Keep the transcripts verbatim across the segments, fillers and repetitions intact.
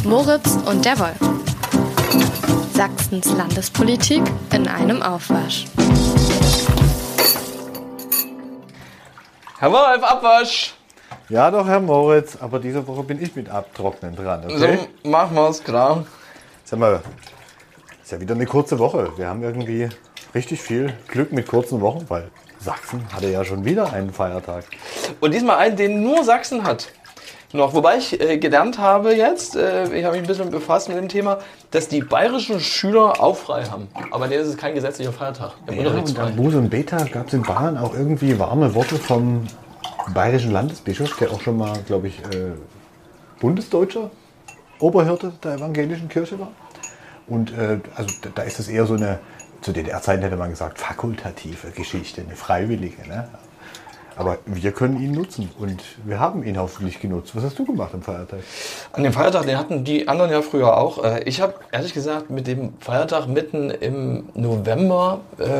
Moritz und der Wolf. Sachsens Landespolitik in einem Aufwasch. Herr Wolf, Abwasch! Ja doch, Herr Moritz, aber diese Woche bin ich mit Abtrocknen dran, okay? So machen wir's, klar. Sag mal, ist ja wieder eine kurze Woche. Wir haben irgendwie richtig viel Glück mit kurzen Wochen, weil Sachsen hatte ja schon wieder einen Feiertag. Und diesmal einen, den nur Sachsen hat. Noch, wobei ich äh, gelernt habe jetzt, äh, ich habe mich ein bisschen befasst mit dem Thema, dass die bayerischen Schüler auch frei haben. Aber nee, das ist kein gesetzlicher Feiertag. Ja, und am Bus und Beta gab es in Bayern auch irgendwie warme Worte vom bayerischen Landesbischof, der auch schon mal, glaube ich, äh, Bundesdeutscher Oberhirte der evangelischen Kirche war. Und äh, also da, da ist es eher so eine, zu D D R-Zeiten hätte man gesagt, fakultative Geschichte, eine freiwillige. Ne? Aber wir können ihn nutzen und wir haben ihn hoffentlich genutzt. Was hast du gemacht am Feiertag? An dem Feiertag, den hatten die anderen ja früher auch. Ich habe ehrlich gesagt mit dem Feiertag mitten im November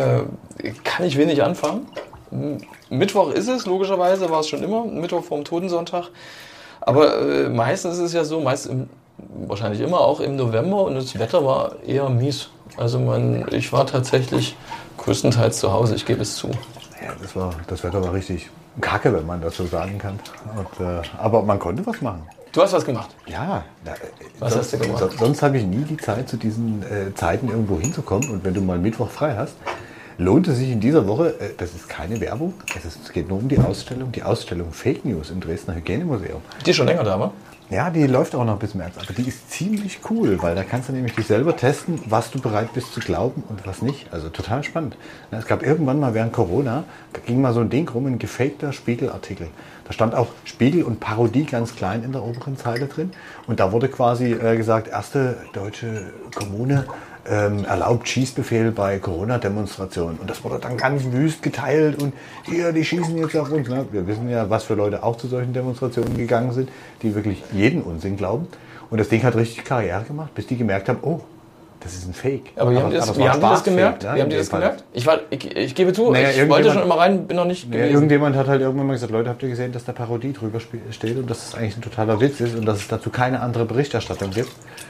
äh, kann ich wenig anfangen. Mittwoch ist es, logischerweise war es schon immer, Mittwoch vorm Totensonntag. Aber äh, meistens ist es ja so, meist im, wahrscheinlich immer auch im November und das Wetter war eher mies. Also man, ich war tatsächlich größtenteils zu Hause, ich gebe es zu. Ja, das, war, das Wetter war richtig kacke, wenn man das so sagen kann. Und, äh, aber man konnte was machen. Du hast was gemacht? Ja. Na, was sonst, hast du gemacht? Sonst, sonst habe ich nie die Zeit, zu diesen äh, Zeiten irgendwo hinzukommen. Und wenn du mal Mittwoch frei hast, lohnt es sich in dieser Woche, äh, das ist keine Werbung, es, ist, es geht nur um die Ausstellung, die Ausstellung Fake News im Dresdner Hygienemuseum. Die ist schon länger da, wa? Ja, die läuft auch noch bis März, aber die ist ziemlich cool, weil da kannst du nämlich dich selber testen, was du bereit bist zu glauben und was nicht. Also total spannend. Es gab irgendwann mal während Corona, da ging mal so ein Ding rum, ein gefakter Spiegelartikel. Da stand auch Spiegel und Parodie ganz klein in der oberen Zeile drin. Und da wurde quasi äh, gesagt, erste deutsche Kommune ähm, erlaubt Schießbefehl bei Corona-Demonstrationen. Und das wurde dann ganz wüst geteilt und hier, die schießen jetzt auf uns. Ne? Wir wissen ja, was für Leute auch zu solchen Demonstrationen gegangen sind, die wirklich jeden Unsinn glauben. Und das Ding hat richtig Karriere gemacht, bis die gemerkt haben, oh, das ist ein Fake. Aber wie haben die das, wie haben die das gemerkt? Ne? Wie haben die das gemerkt? Ich, war, ich, ich gebe zu, naja, ich wollte schon immer rein, bin noch nicht naja, gewesen. Irgendjemand hat halt irgendwann mal gesagt, Leute, habt ihr gesehen, dass da Parodie drüber steht und dass es eigentlich ein totaler Witz ist und dass es dazu keine andere Berichterstattung gibt.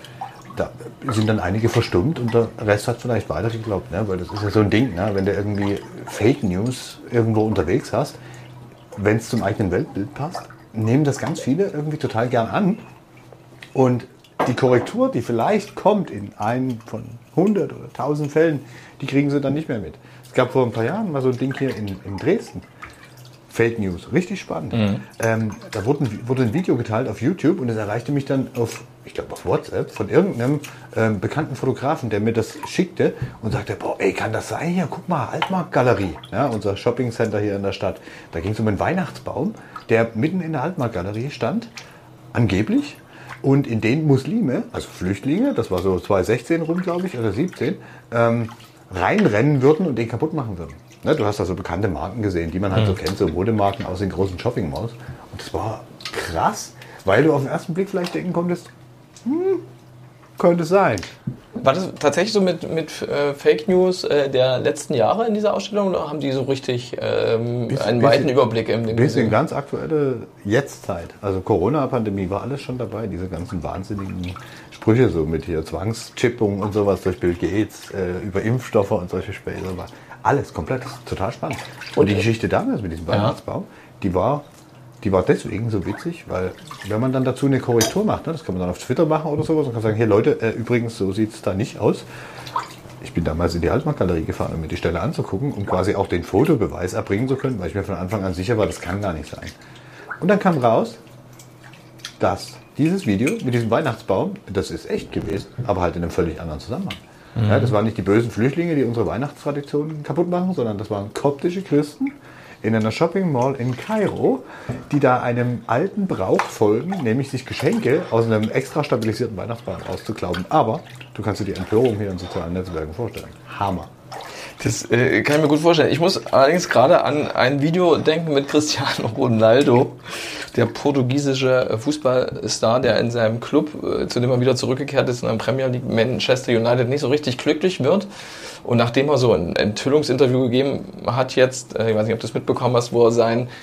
Da sind dann einige verstummt und der Rest hat vielleicht weiter geglaubt, ne? Weil das ist ja so ein Ding, ne? Wenn du irgendwie Fake News irgendwo unterwegs hast, wenn es zum eigenen Weltbild passt, nehmen das ganz viele irgendwie total gern an und die Korrektur, die vielleicht kommt in einem von hundert oder tausend Fällen, die kriegen sie dann nicht mehr mit. Es gab vor ein paar Jahren mal so ein Ding hier in, in Dresden. Fake News, richtig spannend. Mhm. Ähm, da wurde ein, wurde ein Video geteilt auf YouTube und es erreichte mich dann auf, ich glaube auf WhatsApp, von irgendeinem ähm, bekannten Fotografen, der mir das schickte und sagte, boah, ey, kann das sein hier? Guck mal, Altmarktgalerie, ja, unser Shoppingcenter hier in der Stadt. Da ging es um einen Weihnachtsbaum, der mitten in der Altmarktgalerie stand, angeblich. Und in den Muslime, also Flüchtlinge, das war so zwanzig sechzehn rum, glaube ich, oder siebzehn, ähm, reinrennen würden und den kaputt machen würden. Ne, du hast da so bekannte Marken gesehen, die man halt mhm. so kennt, so Modemarken aus den großen Shopping-Malls. Und das war krass, weil du auf den ersten Blick vielleicht denken konntest, hm, könnte es sein. War das tatsächlich so mit, mit äh, Fake News äh, der letzten Jahre in dieser Ausstellung oder haben die so richtig ähm, bisschen, einen weiten bisschen, Überblick im Ein bisschen ganz aktuelle Jetztzeit. Also Corona-Pandemie war alles schon dabei, diese ganzen wahnsinnigen Sprüche so mit hier Zwangschippung und sowas durch Bill Gates, äh, über Impfstoffe und solche Späße. Alles komplett, das ist total spannend. Und die Geschichte damals mit diesem Weihnachtsbaum, die war, die war deswegen so witzig, weil wenn man dann dazu eine Korrektur macht, ne, das kann man dann auf Twitter machen oder sowas und kann sagen, hier Leute, äh, übrigens, so sieht es da nicht aus. Ich bin damals in die Altmarktgalerie gefahren, um mir die Stelle anzugucken, um quasi auch den Fotobeweis erbringen zu können, weil ich mir von Anfang an sicher war, das kann gar nicht sein. Und dann kam raus, dass dieses Video mit diesem Weihnachtsbaum, das ist echt gewesen, aber halt in einem völlig anderen Zusammenhang. Mhm. Ja, das waren nicht die bösen Flüchtlinge, die unsere Weihnachtstraditionen kaputt machen, sondern das waren koptische Christen in einer Shopping Mall in Kairo, die da einem alten Brauch folgen, nämlich sich Geschenke aus einem extra stabilisierten Weihnachtsbaum auszuklauben. Aber du kannst dir die Empörung hier in sozialen Netzwerken vorstellen. Hammer. Das äh, kann ich mir gut vorstellen. Ich muss allerdings gerade an ein Video denken mit Cristiano Ronaldo, der portugiesische Fußballstar, der in seinem Club, äh, zu dem er wieder zurückgekehrt ist, in der Premier League Manchester United, nicht so richtig glücklich wird. Und nachdem er so ein Enthüllungsinterview gegeben hat jetzt, äh, ich weiß nicht, ob du das mitbekommen hast, wo er sein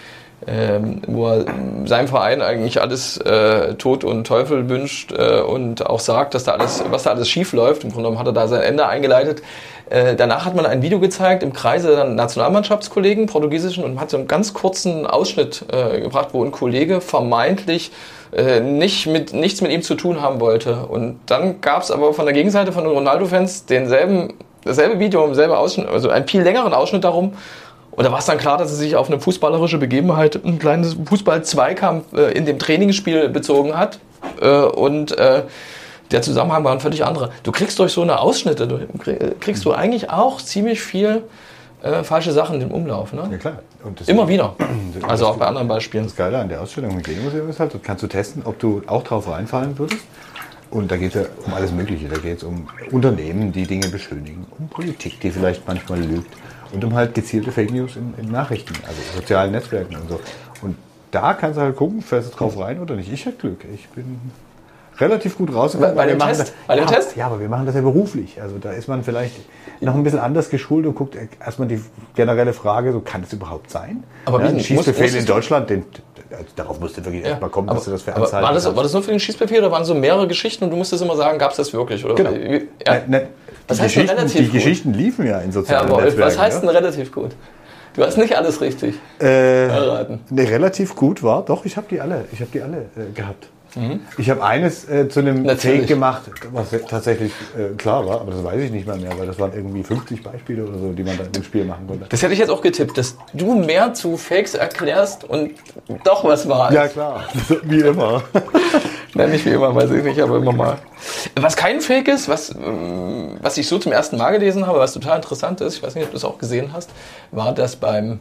ähm, wo er seinem Verein eigentlich alles äh, Tod und Teufel wünscht äh, und auch sagt, dass da alles, was da alles schief läuft. Im Grunde genommen hat er da sein Ende eingeleitet. Äh, danach hat man ein Video gezeigt im Kreise der Nationalmannschaftskollegen, portugiesischen, und hat so einen ganz kurzen Ausschnitt äh, gebracht, wo ein Kollege vermeintlich äh, nicht mit, nichts mit ihm zu tun haben wollte. Und dann gab es aber von der Gegenseite von den Ronaldo-Fans denselben, dasselbe Video, dasselbe Ausschnitt, also einen viel längeren Ausschnitt darum. Und da war es dann klar, dass es sich auf eine fußballerische Begebenheit, ein kleines Fußball-Zweikampf äh, in dem Trainingsspiel bezogen hat. Äh, und äh, der Zusammenhang war ein völlig anderer. Du kriegst durch so eine Ausschnitte, du kriegst du eigentlich auch ziemlich viel äh, falsche Sachen im Umlauf. Ne? Ja, klar. Und das Immer wieder. Also auch bei anderen Beispielen. Das Geile an der Ausstellung im Geomuseum ist halt, dort kannst du testen, ob du auch drauf reinfallen würdest. Und da geht es ja um alles Mögliche. Da geht es um Unternehmen, die Dinge beschönigen, um Politik, die vielleicht manchmal lügt. Und um halt gezielte Fake News in, in Nachrichten, also sozialen Netzwerken und so. Und da kannst du halt gucken, fährst du drauf rein oder nicht. Ich hätte Glück. Ich bin relativ gut rausgekommen. Bei, bei dem Test? Das, bei dem ja, Test? Ja, aber wir machen das ja beruflich. Also da ist man vielleicht noch ein bisschen anders geschult und guckt erstmal die generelle Frage, so kann das überhaupt sein? Aber ja, wie, ein Schießbefehl muss, in Deutschland, den, also darauf musst du wirklich ja, erstmal kommen, aber, dass du das für aber anzeigen war das, kannst. war das nur für den Schießbefehl oder waren so mehrere Geschichten und du musstest immer sagen, gab es das wirklich? Oder? Genau. Ja. Ne, ne, Was die heißt denn Geschichten, relativ die gut? Geschichten liefen ja in sozialen Herr Wolf, Netzwerken. was heißt ja? denn relativ gut? Du hast nicht alles richtig Äh, erraten. Ne, relativ gut war. Doch, ich habe die alle. Ich habe die alle äh, gehabt. Mhm. Ich habe eines äh, zu einem Natürlich. Fake gemacht, was tatsächlich äh, klar war, aber das weiß ich nicht mehr mehr, weil das waren irgendwie fünfzig Beispiele oder so, die man da in dem Spiel machen konnte. Das hätte ich jetzt auch getippt, dass du mehr zu Fakes erklärst und doch was war. Ja klar, wie immer. Nein, nicht wie immer, weiß ich nicht, aber immer mal. Was kein Fake ist, was, was ich so zum ersten Mal gelesen habe, was total interessant ist, ich weiß nicht, ob du es auch gesehen hast, war, dass beim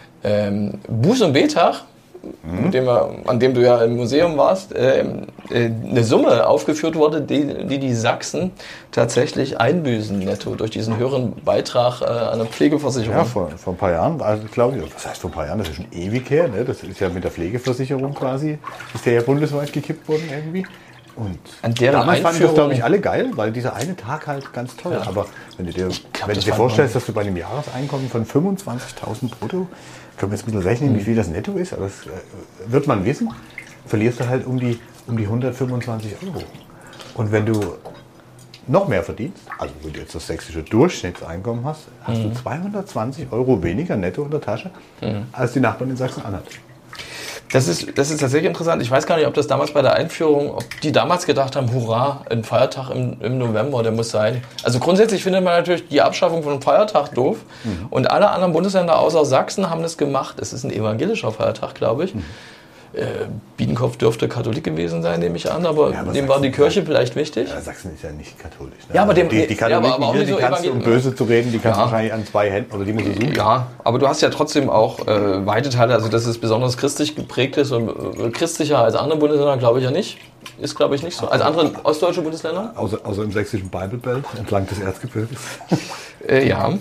ähm, Buß- und Betag, mhm. dem wir, an dem du ja im Museum warst, äh, äh, eine Summe aufgeführt wurde, die, die die Sachsen tatsächlich einbüßen netto durch diesen höheren Beitrag äh, an der Pflegeversicherung. Ja, vor, vor ein paar Jahren, also glaube ich, was heißt vor ein paar Jahren, das ist schon ewig her, ne? Das ist ja mit der Pflegeversicherung quasi, ist der ja bundesweit gekippt worden irgendwie. Und an deren damals fanden das, Einführung, glaube ich, alle geil, weil dieser eine Tag halt ganz toll. Ja. Aber wenn du dir, glaub, wenn du dir vorstellst, dass du bei einem Jahreseinkommen von fünfundzwanzigtausend brutto, können wir jetzt ein bisschen rechnen, mhm. wie viel das netto ist, aber das äh, wird man wissen, verlierst du halt um die, um die hundertfünfundzwanzig Euro. Und wenn du noch mehr verdienst, also wenn du jetzt das sächsische Durchschnittseinkommen hast, hast mhm. du zweihundertzwanzig Euro weniger netto in der Tasche, mhm. als die Nachbarn in Sachsen-Anhalt. Das ist, das ist tatsächlich interessant. Ich weiß gar nicht, ob das damals bei der Einführung, ob die damals gedacht haben, hurra, ein Feiertag im, im November, der muss sein. Also grundsätzlich findet man natürlich die Abschaffung von einem Feiertag doof. Mhm. Und alle anderen Bundesländer außer Sachsen haben das gemacht. Es ist ein evangelischer Feiertag, glaube ich. Mhm. Äh, Biedenkopf dürfte Katholik gewesen sein, nehme ich an, aber, ja, aber dem Sachsen war die Kirche vielleicht wichtig. Ja, Sachsen ist ja nicht katholisch. Ne? Ja, aber dem, die, die Katholiken ja, aber auch hier, nicht die so kannst du, um böse zu reden, die kannst du ja. wahrscheinlich an zwei Händen, oder die musst du suchen. Ja, aber du hast ja trotzdem auch äh, weite Teile, also dass es besonders christlich geprägt ist und äh, christlicher als andere Bundesländer, glaube ich ja nicht. Ist, glaube ich, nicht so. Als andere ostdeutsche Bundesländer? Außer, außer im sächsischen Bible Belt, entlang des Erzgebirges. äh, ja.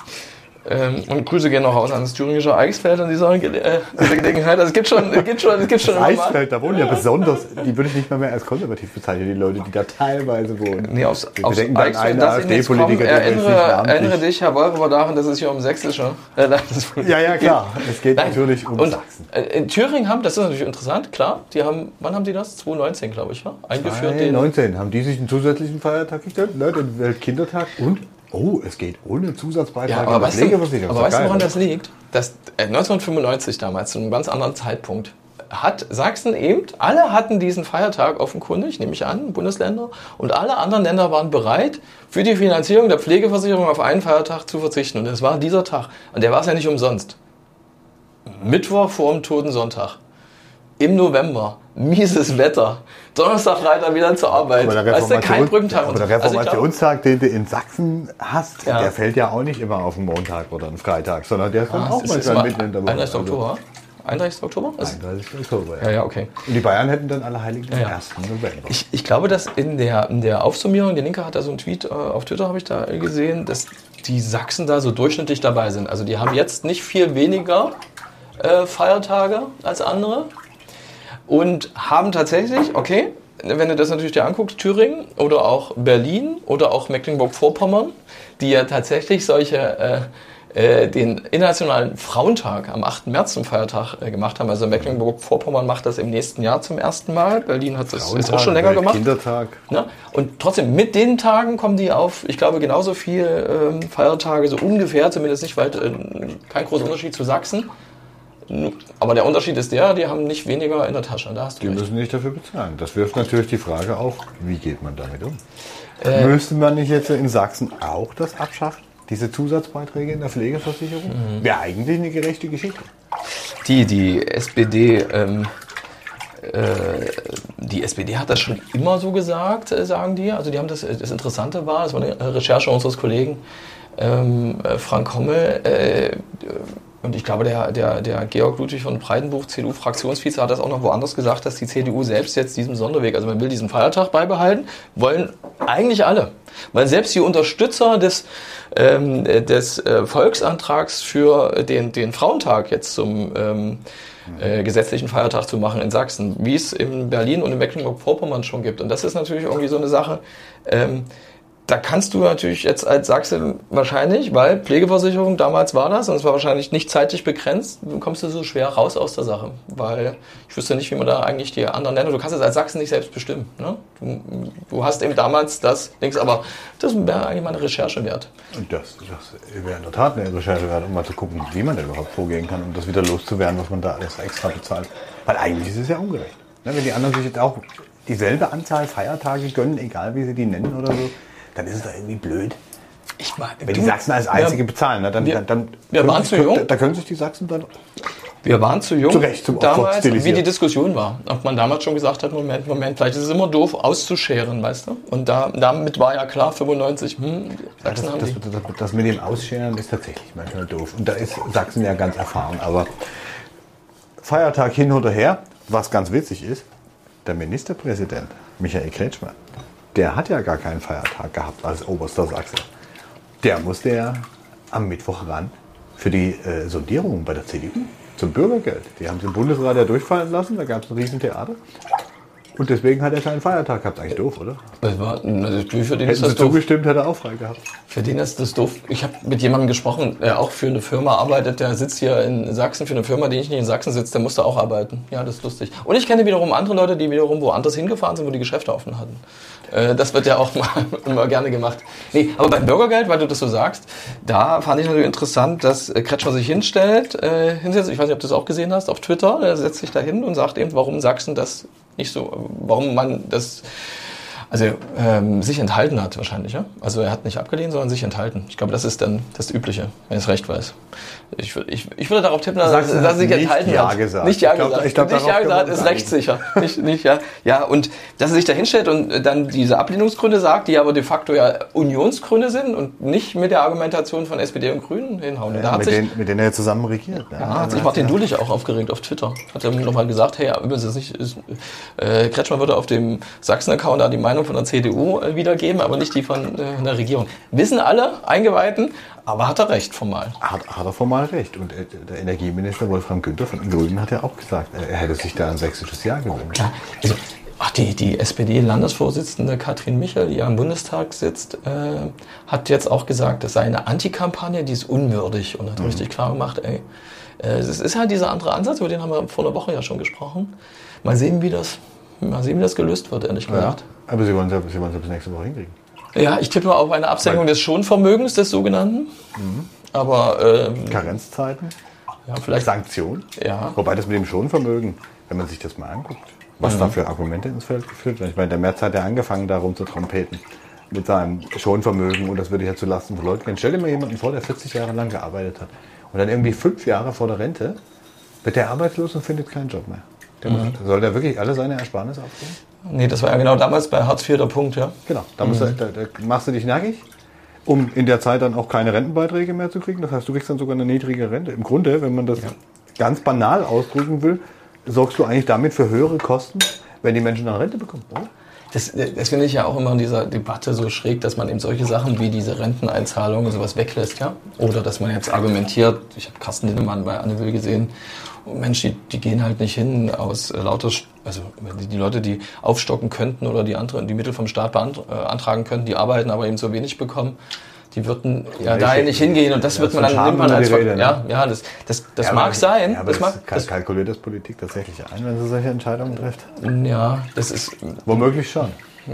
Ähm, und Grüße gehen noch raus an das thüringische Eichsfeld an dieser, äh, dieser Gelegenheit. Also es gibt schon, es gibt schon, es gibt schon das Eichsfeld, da wohnen ja besonders, die würde ich nicht mal mehr als konservativ bezeichnen, die Leute, die da teilweise wohnen. Nee, aufs, Wir aufs denken an einen AfD-Politiker, der erinnere, erinnere dich, Herr Wolf, aber daran, dass es hier um sächsische äh, Landespolitik Ja, ja, klar. Es geht Nein. natürlich um und, Sachsen. Äh, in Thüringen haben, das ist natürlich interessant, klar, die haben, wann haben die das? zwanzig neunzehn, glaube ich, war? Eingeführt. zwanzig neunzehn haben die sich einen zusätzlichen Feiertag gestellt, ne, den Weltkindertag und Oh, es geht ohne Zusatzbeitrag. Ja, aber weißt du, aber weißt du, woran das liegt? Dass neunzehnhundertfünfundneunzig damals, zu einem ganz anderen Zeitpunkt, hat Sachsen eben, alle hatten diesen Feiertag offenkundig, nehme ich an, Bundesländer, und alle anderen Länder waren bereit, für die Finanzierung der Pflegeversicherung auf einen Feiertag zu verzichten. Und das war dieser Tag. Und der war es ja nicht umsonst. Mittwoch vor dem Toten Sonntag. Im November, mieses Wetter, Donnerstag, Freitag wieder zur Arbeit. Weißt du, kein Brückentag. Aber der Reformationstag, also den du in Sachsen hast, ja. der fällt ja auch nicht immer auf einen Montag oder einen Freitag, sondern der ist dann ah, auch manchmal mitten in der Woche. einunddreißigsten Oktober? einunddreißigsten Oktober? einunddreißigsten Oktober, ja. Ja, ja, okay. Und die Bayern hätten dann Allerheiligen am ja, ja. ersten November. Ich, ich glaube, dass in der, in der Aufsummierung, die Linke hat da so einen Tweet äh, auf Twitter, habe ich da gesehen, dass die Sachsen da so durchschnittlich dabei sind. Also die haben jetzt nicht viel weniger äh, Feiertage als andere. Und haben tatsächlich, okay, wenn du das natürlich dir anguckst, Thüringen oder auch Berlin oder auch Mecklenburg-Vorpommern, die ja tatsächlich solche äh, äh, den Internationalen Frauentag am achten März zum Feiertag äh, gemacht haben. Also Mecklenburg-Vorpommern macht das im nächsten Jahr zum ersten Mal. Berlin hat das ist auch schon länger gemacht. Kindertag. Ja? Und trotzdem, mit den Tagen kommen die auf, ich glaube, genauso viel ähm, Feiertage, so ungefähr, zumindest nicht weit, äh, kein großer Unterschied zu Sachsen. Aber der Unterschied ist der, die haben nicht weniger in der Tasche. Da hast du die recht. müssen nicht dafür bezahlen. Das wirft natürlich die Frage auf, wie geht man damit um? Äh, Müsste man nicht jetzt in Sachsen auch das abschaffen? Diese Zusatzbeiträge in der Pflegeversicherung? Mhm. Wäre eigentlich eine gerechte Geschichte. Die, die S P D, ähm, äh, die S P D hat das schon immer so gesagt, äh, sagen die. Also die haben das, das Interessante war, das war eine Recherche unseres Kollegen ähm, Frank Hommel, äh, und ich glaube, der, der, der Georg Ludwig von Breitenbuch, C D U-Fraktionsvize, hat das auch noch woanders gesagt, dass die C D U selbst jetzt diesen Sonderweg, also man will diesen Feiertag beibehalten, wollen eigentlich alle. Weil selbst die Unterstützer des, ähm, des äh, Volksantrags für den, den Frauentag jetzt zum ähm, äh, gesetzlichen Feiertag zu machen in Sachsen, wie es in Berlin und in Mecklenburg-Vorpommern schon gibt. Und das ist natürlich irgendwie so eine Sache, ähm, da kannst du natürlich jetzt als Sachse wahrscheinlich, weil Pflegeversicherung damals war das und es war wahrscheinlich nicht zeitlich begrenzt, kommst du so schwer raus aus der Sache. Weil ich wüsste nicht, wie man da eigentlich die anderen nennt. Du kannst es als Sachsen nicht selbst bestimmen. Ne? Du, du hast eben damals das Dings, aber das wäre eigentlich mal eine Recherche wert. Und das, das wäre in der Tat eine Recherche wert, um mal zu gucken, wie man denn überhaupt vorgehen kann, um das wieder loszuwerden, was man da alles extra bezahlt. Weil eigentlich ist es ja ungerecht. Ne? Wenn die anderen sich jetzt auch dieselbe Anzahl Feiertage gönnen, egal wie sie die nennen oder so, dann ist es da irgendwie blöd. Ich meine, wenn die Sachsen als Einzige wir, bezahlen, ne, dann, wir, dann, dann wir waren zu jung. Da, da können sich die Sachsen dann... Wir waren zu jung, zu Recht, zum damals, wie die Diskussion war. Ob man damals schon gesagt hat, Moment, Moment, vielleicht ist es immer doof auszuscheren, weißt du? Und da, damit war ja klar, fünfundneunzig, hm, Sachsen ja, haben das, die. Das, das, das mit dem Ausscheren ist tatsächlich manchmal doof. Und da ist Sachsen ja ganz erfahren. Aber Feiertag hin oder her, was ganz witzig ist, der Ministerpräsident Michael Kretschmann, der hat ja gar keinen Feiertag gehabt als oberster Sachse. Der musste ja am Mittwoch ran für die äh, Sondierung bei der C D U zum Bürgergeld. Die haben es im Bundesrat ja durchfallen lassen, da gab es ein Riesentheater. Und deswegen hat er keinen Feiertag gehabt. Eigentlich doof, oder? Das war, für den Hätten ist das sie doof. zugestimmt, hätte er auch frei gehabt. Für den ist das doof. Ich habe mit jemandem gesprochen, der auch für eine Firma arbeitet, der sitzt hier in Sachsen, für eine Firma, die nicht in Sachsen sitzt, der musste auch arbeiten. Ja, das ist lustig. Und ich kenne wiederum andere Leute, die wiederum woanders hingefahren sind, wo die Geschäfte offen hatten. Das wird ja auch mal immer gerne gemacht. Nee, aber beim Bürgergeld, weil du das so sagst, da fand ich natürlich interessant, dass Kretschmer sich hinstellt, äh, hinsetzt, ich weiß nicht, ob du das auch gesehen hast, auf Twitter, er setzt sich da hin und sagt eben, warum Sachsen das nicht so, warum man das, also ähm, sich enthalten hat wahrscheinlich, ja? Also er hat nicht abgelehnt, sondern sich enthalten. Ich glaube, das ist dann das Übliche, wenn ich es recht weiß. Ich, ich, ich würde darauf tippen, dass, dass er sich enthalten ja hat. Gesagt. Nicht ja ich glaub, gesagt. Ich glaub, nicht ja gesagt ist rechtssicher. nicht, nicht ja. Ja, und dass er sich da hinstellt und dann diese Ablehnungsgründe sagt, die aber de facto ja Unionsgründe sind und nicht mit der Argumentation von S P D und Grünen hinhauen. Ja, da hat mit, sich, denen, mit denen er zusammen regiert. Ja, ja, hat sich Martin Dulich auch aufgeregt auf Twitter. Hat er nochmal gesagt, hey, übrigens ist nicht, ist, äh, Kretschmer würde auf dem Sachsen-Account da die Meinung von der C D U äh, wiedergeben, aber nicht die von äh, der Regierung. Wissen alle Eingeweihten, aber hat er recht formal. Hat, hat er formal recht. Und äh, der Energieminister Wolfram Günther von den Grünen hat ja auch gesagt, er hätte sich da ein sächsisches Jahr gewünscht. Ja, also, ach, die, die S P D-Landesvorsitzende Katrin Michel, die ja im Bundestag sitzt, äh, hat jetzt auch gesagt, das sei eine Antikampagne, die ist unwürdig und hat mhm. richtig klar gemacht, ey, äh, es ist halt dieser andere Ansatz, über den haben wir vor einer Woche ja schon gesprochen. Mal sehen, wie das, mal sehen, wie das gelöst wird, ehrlich gesagt. Ja, aber Sie wollen es Sie wollen's ja bis nächste Woche hinkriegen. Ja, ich tippe mal auf eine Absenkung Weil, des Schonvermögens, des sogenannten. Mhm. Aber ähm, Karenzzeiten, ja, vielleicht Sanktionen. Ja. Wobei das mit dem Schonvermögen, wenn man sich das mal anguckt, was mhm. da für Argumente ins Feld geführt werden. Ich meine, der Merz hat ja angefangen, darum zu trompeten mit seinem Schonvermögen und das würde ja zu Lasten von Leuten gehen. Stell dir mal jemanden vor, der vierzig Jahre lang gearbeitet hat und dann irgendwie fünf Jahre vor der Rente wird der arbeitslos und findet keinen Job mehr. Der mhm. muss, soll der wirklich alle seine Ersparnisse abgeben? Nee, das war ja genau damals bei Hartz vier der Punkt, ja. Genau, da, musst mhm. du, da, da machst du dich nackig, um in der Zeit dann auch keine Rentenbeiträge mehr zu kriegen. Das heißt, du kriegst dann sogar eine niedrige Rente. Im Grunde, wenn man das ja. ganz banal ausdrücken will, sorgst du eigentlich damit für höhere Kosten, wenn die Menschen dann Rente bekommen, oder? Das, das finde ich ja auch immer in dieser Debatte so schräg, dass man eben solche Sachen wie diese Renteneinzahlungen sowas weglässt, ja. Oder dass man jetzt argumentiert, ich habe Carsten Linnemann bei Anne Will gesehen, oh Mensch, die, die gehen halt nicht hin aus äh, lauter, also die, die Leute, die aufstocken könnten oder die andere, die Mittel vom Staat beantragen könnten, die arbeiten, aber eben so wenig bekommen, die würden ja da nicht hingehen und das ja, wird man dann nimmt man als Rede, ne? ja, ja, das, das, das ja, mag sein. Ja, aber das, das mag, das kalkuliert das Politik tatsächlich ein, wenn sie solche Entscheidungen trifft? Ja, das ist... Womöglich schon.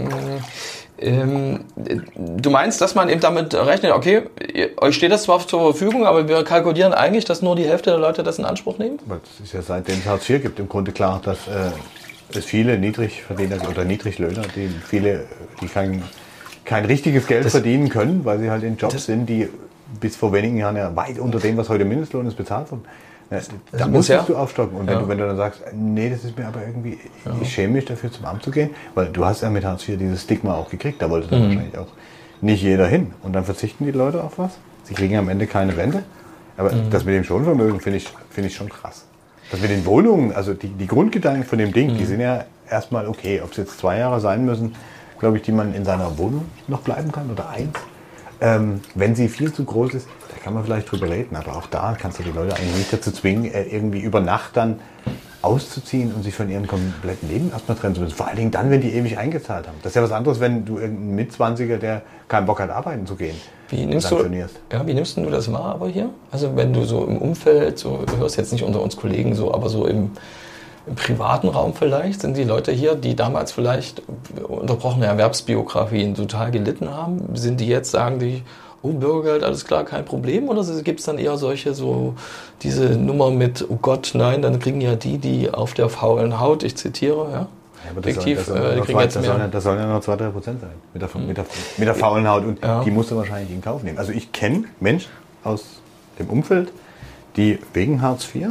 Ähm, du meinst, dass man eben damit rechnet, okay, euch steht das zwar zur Verfügung, aber wir kalkulieren eigentlich, dass nur die Hälfte der Leute das in Anspruch nehmen? Es ist ja seitdem es Hartz vier gibt im Grunde klar, dass äh, es viele Niedrigverdiener oder Niedriglöhner, die viele, die kein, kein richtiges Geld das, verdienen können, weil sie halt in Jobs sind, die bis vor wenigen Jahren ja weit unter dem, was heute Mindestlohn ist, bezahlt wurden. Ja, da musst ja. du aufstocken. Und wenn, ja. du, wenn du dann sagst, nee, das ist mir aber irgendwie, ja. ich schäme mich dafür, zum Amt zu gehen, weil du hast ja mit Hartz vier dieses Stigma auch gekriegt, da wollte dann mhm. wahrscheinlich auch nicht jeder hin. Und dann verzichten die Leute auf was. Sie kriegen am Ende keine Rente. Aber mhm. das mit dem Schonvermögen finde ich, find ich schon krass. Das mit den Wohnungen, also die, die Grundgedanken von dem Ding, mhm. die sind ja erstmal okay. Ob es jetzt zwei Jahre sein müssen, glaube ich, die man in seiner Wohnung noch bleiben kann oder eins. Ähm, wenn sie viel zu groß ist, da kann man vielleicht drüber reden, aber auch da kannst du die Leute eigentlich nicht dazu zwingen, irgendwie über Nacht dann auszuziehen und sich von ihrem kompletten Leben erstmal trennen zu müssen. Vor allen Dingen dann, wenn die ewig eingezahlt haben. Das ist ja was anderes, wenn du irgendeinen Mitzwanziger, der keinen Bock hat, arbeiten zu gehen, wie nimmst du, ja, wie nimmst du das wahr aber hier? Also wenn du so im Umfeld, so, du hörst jetzt nicht unter uns Kollegen so, aber so im Im privaten Raum vielleicht, sind die Leute hier, die damals vielleicht unterbrochene Erwerbsbiografien total gelitten haben, sind die jetzt, sagen die, oh, Bürgergeld, alles klar, kein Problem? Oder gibt es dann eher solche, so diese Nummer mit, oh Gott, nein, dann kriegen ja die, die auf der faulen Haut, ich zitiere, ja, ja aber das Fiktiv, soll, das soll, äh, die kriegen jetzt mehr. Das sollen ja nur zwei, drei Prozent sein, mit der, mit, der, mit der faulen Haut. Und ja. die musst du wahrscheinlich in Kauf nehmen. Also ich kenne Menschen aus dem Umfeld, die wegen Hartz vier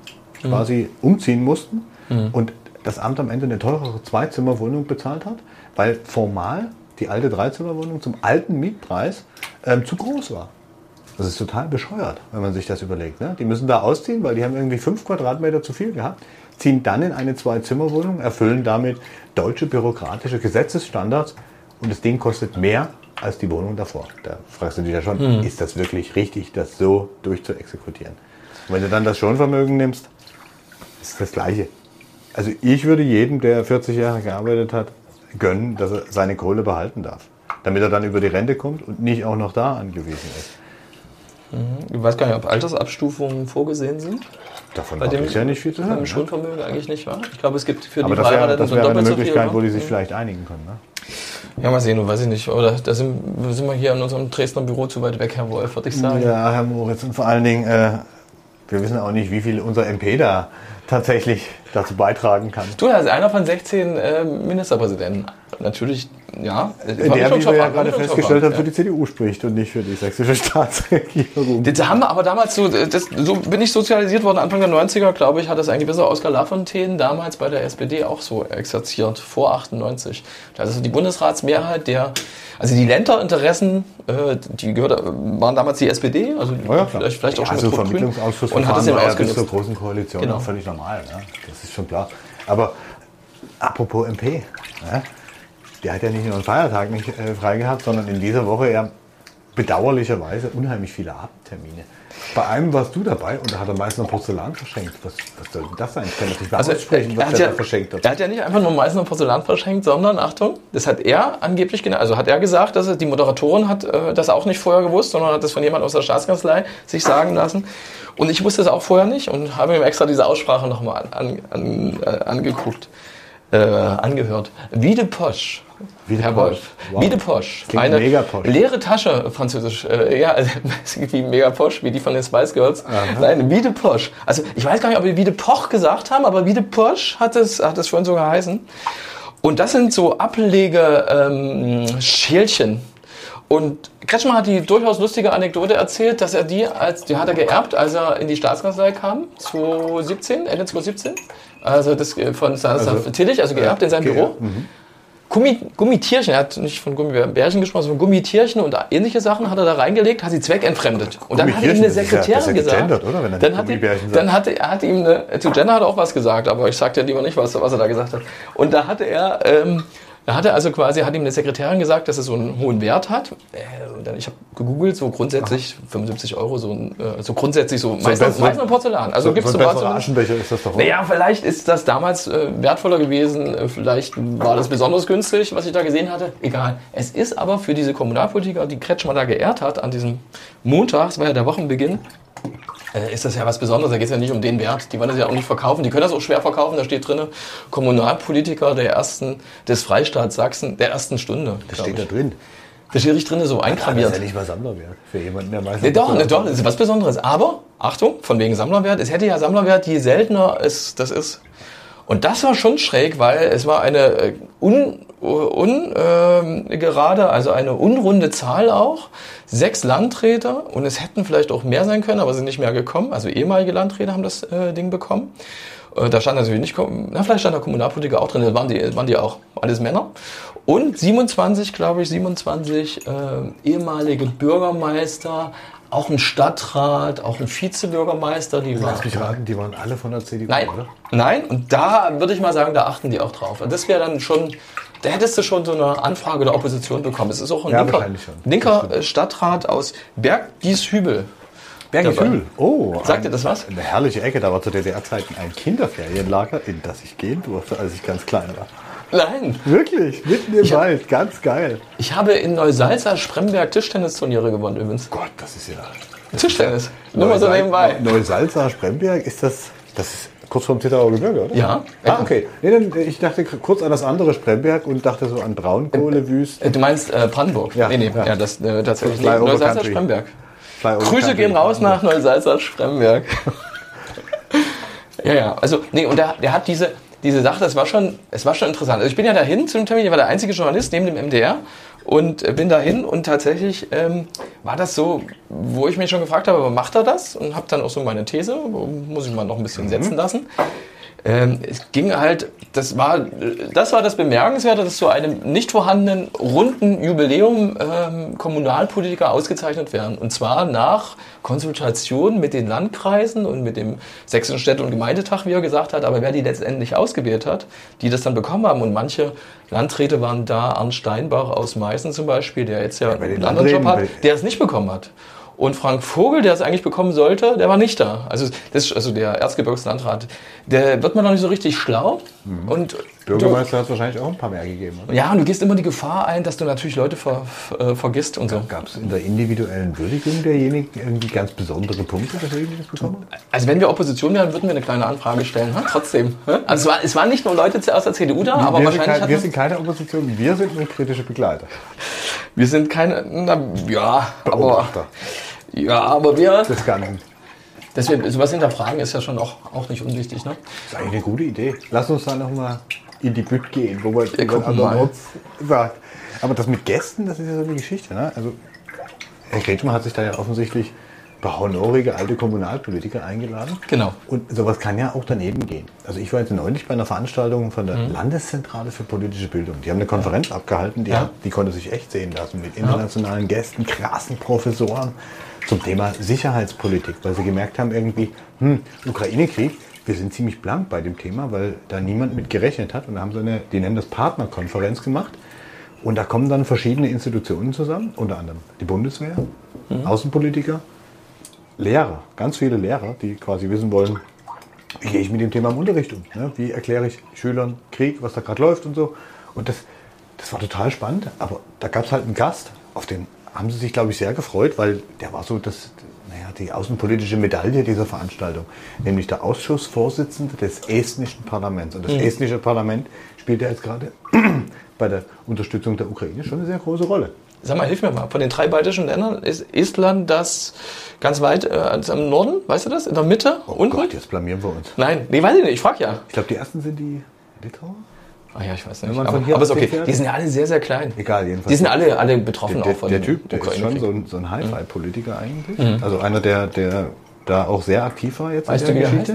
quasi umziehen mussten mhm. und das Amt am Ende eine teurere Zweizimmerwohnung bezahlt hat, weil formal die alte Dreizimmerwohnung zum alten Mietpreis ähm, zu groß war. Das ist total bescheuert, wenn man sich das überlegt. Ne? Die müssen da ausziehen, weil die haben irgendwie fünf Quadratmeter zu viel gehabt, ziehen dann in eine Zweizimmerwohnung, erfüllen damit deutsche bürokratische Gesetzesstandards und das Ding kostet mehr als die Wohnung davor. Da fragst du dich ja schon, mhm. ist das wirklich richtig, das so durchzuexekutieren? Und wenn du dann das Schonvermögen nimmst, ist das Gleiche. Also ich würde jedem, der vierzig Jahre gearbeitet hat, gönnen, dass er seine Kohle behalten darf. Damit er dann über die Rente kommt und nicht auch noch da angewiesen ist. Ich weiß gar nicht, ob Altersabstufungen vorgesehen sind. Davon habe ich ja nicht viel zu hören. Beim Schonvermögen ne? eigentlich nicht, wahr? Ich glaube, es gibt für Aber die Verheirateten das wäre eine Möglichkeit, so wo die sich vielleicht einigen können. Ne? Ja, mal sehen, weiß ich nicht. Oder da sind, sind wir hier in unserem Dresdner Büro zu weit weg, Herr Wolf, würde ich sagen. Ja, Herr Moritz. Und vor allen Dingen, äh, wir wissen auch nicht, wie viel unser M P da tatsächlich dazu beitragen kann. Du, er ist einer von sechzehn äh, Ministerpräsidenten. Natürlich, ja. Der, wie wir ja gerade festgestellt haben, für die C D U spricht und nicht für die sächsische Staatsregierung. Das haben wir aber damals so, das, so bin ich sozialisiert worden, Anfang der neunziger, glaube ich, hat das eigentlich besser Oskar Lafontaine damals bei der S P D auch so exerziert, vor achtundneunzig. Also die Bundesratsmehrheit, der, also die Länderinteressen, äh, die gehört, waren damals die S P D, also ja, ja, vielleicht, vielleicht auch ja, schon mit also Vermittlungsausschuss und hat das eben ausgenutzt. Bis zur großen Koalition genau. Auch völlig normal, ne? Das ist schon klar. Aber apropos M P, ne? Der hat ja nicht nur einen Feiertag nicht äh, frei gehabt, sondern in dieser Woche ja bedauerlicherweise unheimlich viele Abendtermine. Bei einem warst du dabei und da hat er Meißner Porzellan verschenkt. Was, was soll denn das sein? Ich kann natürlich also, aussprechen, was er, der ja, da verschenkt hat. Er hat ja nicht einfach nur Meißner Porzellan verschenkt, sondern, Achtung, das hat er angeblich, also hat er gesagt, dass er, die Moderatorin hat äh, das auch nicht vorher gewusst, sondern hat das von jemand aus der Staatskanzlei sich sagen lassen. Und ich wusste es auch vorher nicht und habe mir extra diese Aussprache nochmal an, an, äh, angeguckt, äh, angehört. Wie de Poche. Wie Herr Wolf. Wow. Wie de Poche. Klingt eine mega Poche. Leere Tasche, französisch. Äh, ja, wie mega Poche, wie die von den Spice Girls. Aha. Nein, Wie de Poche. Also ich weiß gar nicht, ob wir Wie de Poche gesagt haben, aber Wie de Poche hat es, hat es vorhin so geheißen. Und das sind so Ablege-Schälchen. Ähm, Und Kretschmann hat die durchaus lustige Anekdote erzählt, dass er die, als, die hat er geerbt, als er in die Staatskanzlei kam, zwanzig siebzehn, Ende zwanzig siebzehn. Also das von Stanislav also, Tillich, also geerbt äh, in seinem okay, Büro. Mhm. Gummi, Gummitierchen, er hat nicht von Gummibärchen gesprochen, sondern von Gummitierchen und ähnliche Sachen hat er da reingelegt, hat sie zweckentfremdet. Und dann hat ihm eine Sekretärin ja, gesagt, gegendert, oder? Wenn er dann, hat, dann hat er hat ihm eine, zu Gender hat er auch was gesagt, aber ich sag dir lieber nicht, was, was er da gesagt hat. Und da hatte er ähm, Da hat er also quasi, hat ihm eine Sekretärin gesagt, dass es so einen hohen Wert hat. Äh, und dann, ich habe gegoogelt, so grundsätzlich Aha. fünfundsiebzig Euro, so, ein, äh, so grundsätzlich so, so meistens, meistens nur Porzellan. Also so, gibt's so so ein Aschenbecher ist das doch auch. Naja, vielleicht ist das damals äh, wertvoller gewesen, äh, vielleicht war das besonders günstig, was ich da gesehen hatte. Egal. Es ist aber für diese Kommunalpolitiker, die Kretschmann da geehrt hat, an diesem Montag, das war ja der Wochenbeginn, äh, ist das ja was Besonderes. Da geht es ja nicht um den Wert. Die wollen das ja auch nicht verkaufen. Die können das auch schwer verkaufen. Da steht drin, Kommunalpolitiker der ersten, des Freistaats Sachsen, der ersten Stunde. Das steht da drin. Da steht richtig drin, so eingraviert. Das ist ja nicht mal Sammlerwert für jemanden, der meistens... Nee, doch, nee, doch, das ist was Besonderes. Aber, Achtung, von wegen Sammlerwert, es hätte ja Sammlerwert, je seltener es das ist. Und das war schon schräg, weil es war eine un, un, äh, gerade, also eine unrunde Zahl auch. Sechs Landräte und es hätten vielleicht auch mehr sein können, aber sind nicht mehr gekommen. Also ehemalige Landräte haben das äh, Ding bekommen. Äh, da stand natürlich nicht, na, vielleicht stand der Kommunalpolitiker auch drin, da waren die, waren die auch alles Männer. Und siebenundzwanzig, glaube ich, siebenundzwanzig äh, ehemalige Bürgermeister, auch ein Stadtrat, auch ein Vizebürgermeister. Die Lass mich raten, die waren alle von der C D U, nein, oder? Nein, und da würde ich mal sagen, da achten die auch drauf. Und das wäre dann schon, da hättest du schon so eine Anfrage der Opposition bekommen. Es ist auch ein ja, linker, schon. linker Stadtrat aus Berggieshübel. Berggieshübel? Oh. Sagt dir das was? Eine herrliche Ecke, da war zu D D R-Zeiten ein Kinderferienlager, in das ich gehen durfte, als ich ganz klein war. Nein. Wirklich, mitten im ich Wald, ganz geil. Ich habe in Neusalza Spremberg Tischtennisturniere gewonnen übrigens. Gott, das ist ja... Tischtennis, nur mal so nebenbei. Neusalza Spremberg, ist das... Das ist kurz vorm Zittauer Gebirge, oder? Ja. Ah, okay. Nee, dann, ich dachte kurz an das andere Spremberg und dachte so an Braunkohlewüste. Du meinst äh, Brandenburg? Ja. Nee, nee, ja, ja das äh, tatsächlich das Neusalza Spremberg. Grüße gehen raus nach Neusalza Spremberg. Ja, ja, also, nee, und der, der hat diese, diese Sache, das war schon, es war schon interessant. Also ich bin ja dahin zu dem Termin, ich war der einzige Journalist neben dem M D R und bin dahin und tatsächlich ähm, war das so, wo ich mich schon gefragt habe, macht er das? Und habe dann auch so meine These, muss ich mal noch ein bisschen setzen lassen. Ähm, es ging halt, das war, das war das Bemerkenswerte, dass zu einem nicht vorhandenen runden Jubiläum ähm, Kommunalpolitiker ausgezeichnet werden. Und zwar nach Konsultation mit den Landkreisen und mit dem Sächsischen Städte- und Gemeindetag, wie er gesagt hat. Aber wer die letztendlich ausgewählt hat, die das dann bekommen haben. Und manche Landräte waren da, Arndt Steinbach aus Meißen zum Beispiel, der jetzt ja, ja einen anderen Job hat, der es nicht bekommen hat. Und Frank Vogel, der es eigentlich bekommen sollte, der war nicht da. Also, das, also der Erzgebirgslandrat, der wird man noch nicht so richtig schlau. Mhm. Und Bürgermeister hat es wahrscheinlich auch ein paar mehr gegeben, oder? Ja, und du gehst immer die Gefahr ein, dass du natürlich Leute ver, äh, vergisst und so. Gab es in der individuellen Würdigung derjenigen irgendwie ganz besondere Punkte, weswegen die das bekommen haben? Also wenn wir Opposition wären, würden wir eine kleine Anfrage stellen. Ha? Trotzdem. Also es, war, es waren nicht nur Leute aus der C D U da, wir, aber wir wahrscheinlich... Sind kein, wir sind keine Opposition, wir sind nur kritische Begleiter. Wir sind keine... Na, ja, Beobachter. aber... Ja, aber wir... Das Ganze. Dass wir sowas hinterfragen, ist ja schon auch, auch nicht unwichtig, ne? Das ist eigentlich eine gute Idee. Lass uns da nochmal in die Bütt gehen, wo man ja, über anderen Ort sagt. Aber das mit Gästen, das ist ja so eine Geschichte, ne? Also, Herr Kretschmann hat sich da ja offensichtlich ein paar honorige alte Kommunalpolitiker eingeladen. Genau. Und sowas kann ja auch daneben gehen. Also ich war jetzt neulich bei einer Veranstaltung von der mhm. Landeszentrale für politische Bildung. Die haben eine Konferenz ja. abgehalten, die, ja. hat, die konnte sich echt sehen lassen mit internationalen ja. Gästen, krassen Professoren zum Thema Sicherheitspolitik, weil sie gemerkt haben irgendwie, hm, Ukraine-Krieg, wir sind ziemlich blank bei dem Thema, weil da niemand mit gerechnet hat. Und da haben sie eine, die nennen das Partnerkonferenz gemacht. Und da kommen dann verschiedene Institutionen zusammen, unter anderem die Bundeswehr, mhm. Außenpolitiker, Lehrer, ganz viele Lehrer, die quasi wissen wollen, wie gehe ich mit dem Thema im Unterricht um? Ne? Wie erkläre ich Schülern Krieg, was da gerade läuft und so. Und das, das war total spannend, aber da gab es halt einen Gast, auf den haben sie sich, glaube ich, sehr gefreut, weil der war so das, naja, die außenpolitische Medaille dieser Veranstaltung, nämlich der Ausschussvorsitzende des estnischen Parlaments. Und das mhm. estnische Parlament spielt ja jetzt gerade bei der Unterstützung der Ukraine schon eine sehr große Rolle. Sag mal, hilf mir mal. Von den drei baltischen Ländern ist Estland das ganz weit äh, am Norden, weißt du das? In der Mitte? Oh unten? Gott, jetzt blamieren wir uns. Nein, nee, weiß ich nicht, ich frag ja. Ich glaube, die ersten sind die Litauer. Ah ja, ich weiß nicht. Wenn man aber von hier aber ist okay. fährt, die sind ja alle sehr, sehr klein. Egal, jedenfalls. Die sind alle, alle betroffen der, auch von der Typ, der ist schon so ein, so ein Hi-Fi-Politiker eigentlich. Mhm. Also einer, der, der da auch sehr aktiv war jetzt weißt in der du, wie Geschichte.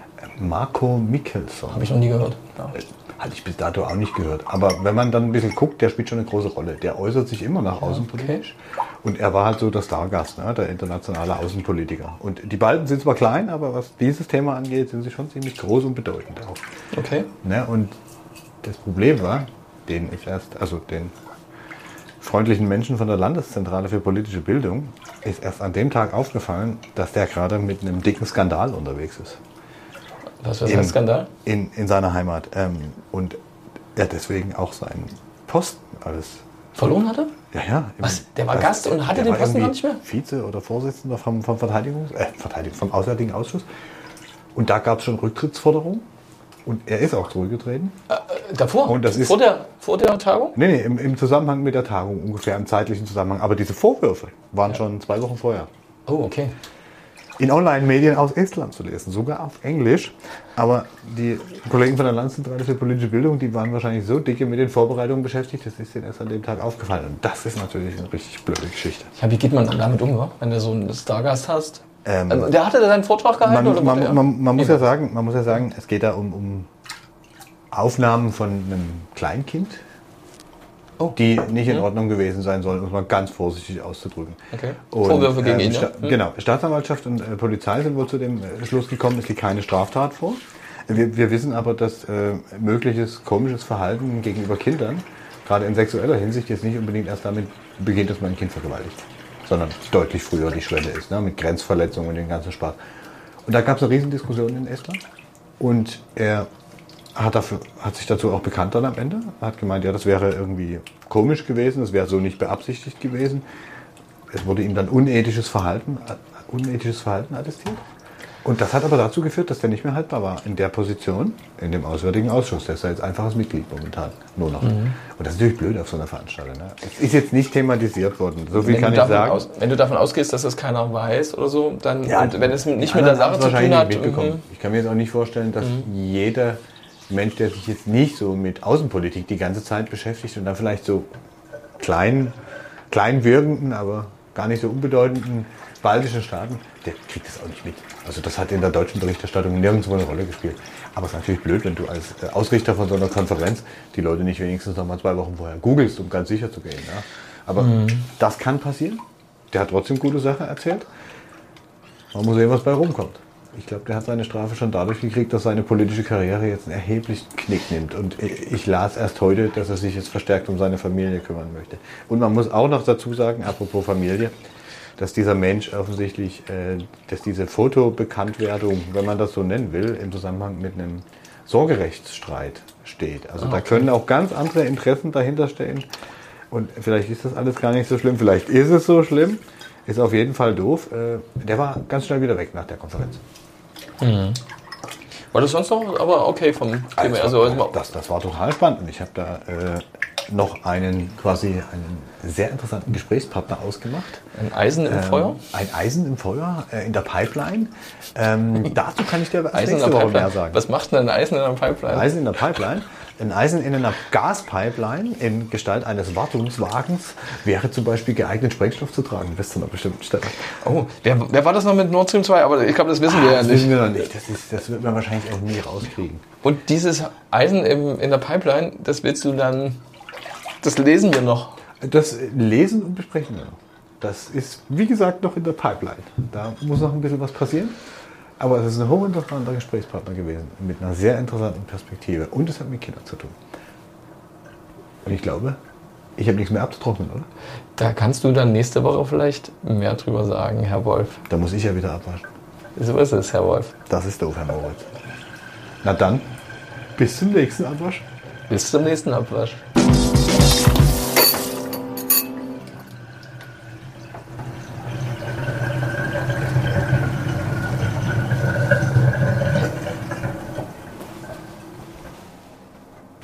Marco Mickelson. Habe ich noch nie gehört. Ja. Hatte ich bis dato auch nicht gehört. Aber wenn man dann ein bisschen guckt, der spielt schon eine große Rolle. Der äußert sich immer nach außenpolitisch. Okay. Und er war halt so der Stargast, ne? Der internationale Außenpolitiker. Und die Balten sind zwar klein, aber was dieses Thema angeht, sind sie schon ziemlich groß und bedeutend auch. Okay. Ne? Und das Problem war, den ich erst, also den freundlichen Menschen von der Landeszentrale für politische Bildung, ist erst an dem Tag aufgefallen, dass der gerade mit einem dicken Skandal unterwegs ist. Was für ein Skandal? In, in seiner Heimat. Ähm, und er deswegen auch seinen Posten alles verloren hatte? Ja, ja. Was? Der war Gast und hatte den Posten gar nicht mehr? Vize oder Vorsitzender vom, vom, Verteidigungs-, äh, Verteidigung, vom Auswärtigen Ausschuss. Und da gab es schon Rücktrittsforderungen. Und er ist auch zurückgetreten. Äh, davor? Und das ist, vor, der, vor der Tagung? Nee, nee, im, im Zusammenhang mit der Tagung, ungefähr im zeitlichen Zusammenhang. Aber diese Vorwürfe waren ja. schon zwei Wochen vorher. Oh, okay. In Online-Medien aus Estland zu lesen, sogar auf Englisch. Aber die Kollegen von der Landeszentrale für politische Bildung, die waren wahrscheinlich so dicke mit den Vorbereitungen beschäftigt, das ist denen erst an dem Tag aufgefallen. Und das ist natürlich eine richtig blöde Geschichte. Ja, wie geht man dann damit um, wenn du so einen Stargast hast? Ähm, also, der hatte da seinen Vortrag gehalten? Man, oder man, der? man, man, muss ja sagen, man muss ja sagen, es geht da um, um Aufnahmen von einem Kleinkind, oh. die nicht in Ordnung gewesen sein sollen, um es mal ganz vorsichtig auszudrücken. Okay. Und, Vorwürfe gegen ähm, ihn, Sta- ja? Genau. Staatsanwaltschaft und äh, Polizei sind wohl zu dem äh, Schluss gekommen, es liegt keine Straftat vor. Wir, wir wissen aber, dass äh, mögliches komisches Verhalten gegenüber Kindern, gerade in sexueller Hinsicht, jetzt nicht unbedingt erst damit beginnt, dass man ein Kind vergewaltigt, sondern deutlich früher die Schwelle ist, ne, mit Grenzverletzungen und den ganzen Spaß. Und da gab es eine Riesendiskussion in Estland und er hat, dafür, hat sich dazu auch bekannt dann am Ende. Er hat gemeint, ja, das wäre irgendwie komisch gewesen, das wäre so nicht beabsichtigt gewesen. Es wurde ihm dann unethisches Verhalten, unethisches Verhalten attestiert. Und das hat aber dazu geführt, dass der nicht mehr haltbar war in der Position, in dem Auswärtigen Ausschuss. Der ist ja jetzt einfaches Mitglied momentan, nur noch. Mhm. Und das ist natürlich blöd auf so einer Veranstaltung. Ne? Es ist jetzt nicht thematisiert worden, so viel wenn kann ich sagen. Aus, wenn du davon ausgehst, dass das keiner weiß oder so, dann, ja, und wenn es nicht mit der Sache zu tun hat... Mitbekommen. Ich kann mir jetzt auch nicht vorstellen, dass mhm. jeder Mensch, der sich jetzt nicht so mit Außenpolitik die ganze Zeit beschäftigt und dann vielleicht so klein, klein wirkenden, aber gar nicht so unbedeutenden baltischen Staaten, der kriegt das auch nicht mit. Also das hat in der deutschen Berichterstattung nirgendwo eine Rolle gespielt. Aber es ist natürlich blöd, wenn du als Ausrichter von so einer Konferenz die Leute nicht wenigstens noch mal zwei Wochen vorher googelst, um ganz sicher zu gehen. Ja? Aber mhm. das kann passieren. Der hat trotzdem gute Sachen erzählt. Man muss sehen, was bei rumkommt. Ich glaube, der hat seine Strafe schon dadurch gekriegt, dass seine politische Karriere jetzt einen erheblichen Knick nimmt. Und ich las erst heute, dass er sich jetzt verstärkt um seine Familie kümmern möchte. Und man muss auch noch dazu sagen, apropos Familie, dass dieser Mensch offensichtlich, äh, dass diese Fotobekanntwerdung, wenn man das so nennen will, im Zusammenhang mit einem Sorgerechtsstreit steht. Also okay. Da können auch ganz andere Interessen dahinter stehen. Und vielleicht ist das alles gar nicht so schlimm, vielleicht ist es so schlimm. Ist auf jeden Fall doof. Äh, der war ganz schnell wieder weg nach der Konferenz. Mhm. War das sonst noch aber okay vom Thema? Also, also, das, das war total spannend. Und ich habe da äh, noch einen quasi einen sehr interessanten Gesprächspartner ausgemacht. Ein Eisen im ähm, Feuer? Ein Eisen im Feuer äh, in der Pipeline. Ähm, dazu kann ich dir Eisen nächste Woche mehr sagen. Was macht denn ein Eisen in der Pipeline? Eisen in der Pipeline. Ein Eisen in einer Gaspipeline in Gestalt eines Wartungswagens wäre zum Beispiel geeignet, Sprengstoff zu tragen, bis zu einer bestimmten Stelle. Oh, wer, wer war das noch mit Nord Stream zwei? Aber ich glaube, das wissen ah, wir ja das nicht. Das wissen wir noch nicht. Das, ist, das wird man wahrscheinlich auch nie rauskriegen. Und dieses Eisen im, in der Pipeline, das willst du dann, das lesen wir noch? Das lesen und besprechen wir noch. Das ist, wie gesagt, noch in der Pipeline. Da muss noch ein bisschen was passieren. Aber es ist ein hochinteressanter Gesprächspartner gewesen, mit einer sehr interessanten Perspektive. Und es hat mit Kindern zu tun. Und ich glaube, ich habe nichts mehr abzutrocknen, oder? Da kannst du dann nächste Woche vielleicht mehr drüber sagen, Herr Wolf. Da muss ich ja wieder abwaschen. So ist es, Herr Wolf. Das ist doof, Herr Moritz. Na dann, bis zum nächsten Abwasch. Bis zum nächsten Abwasch.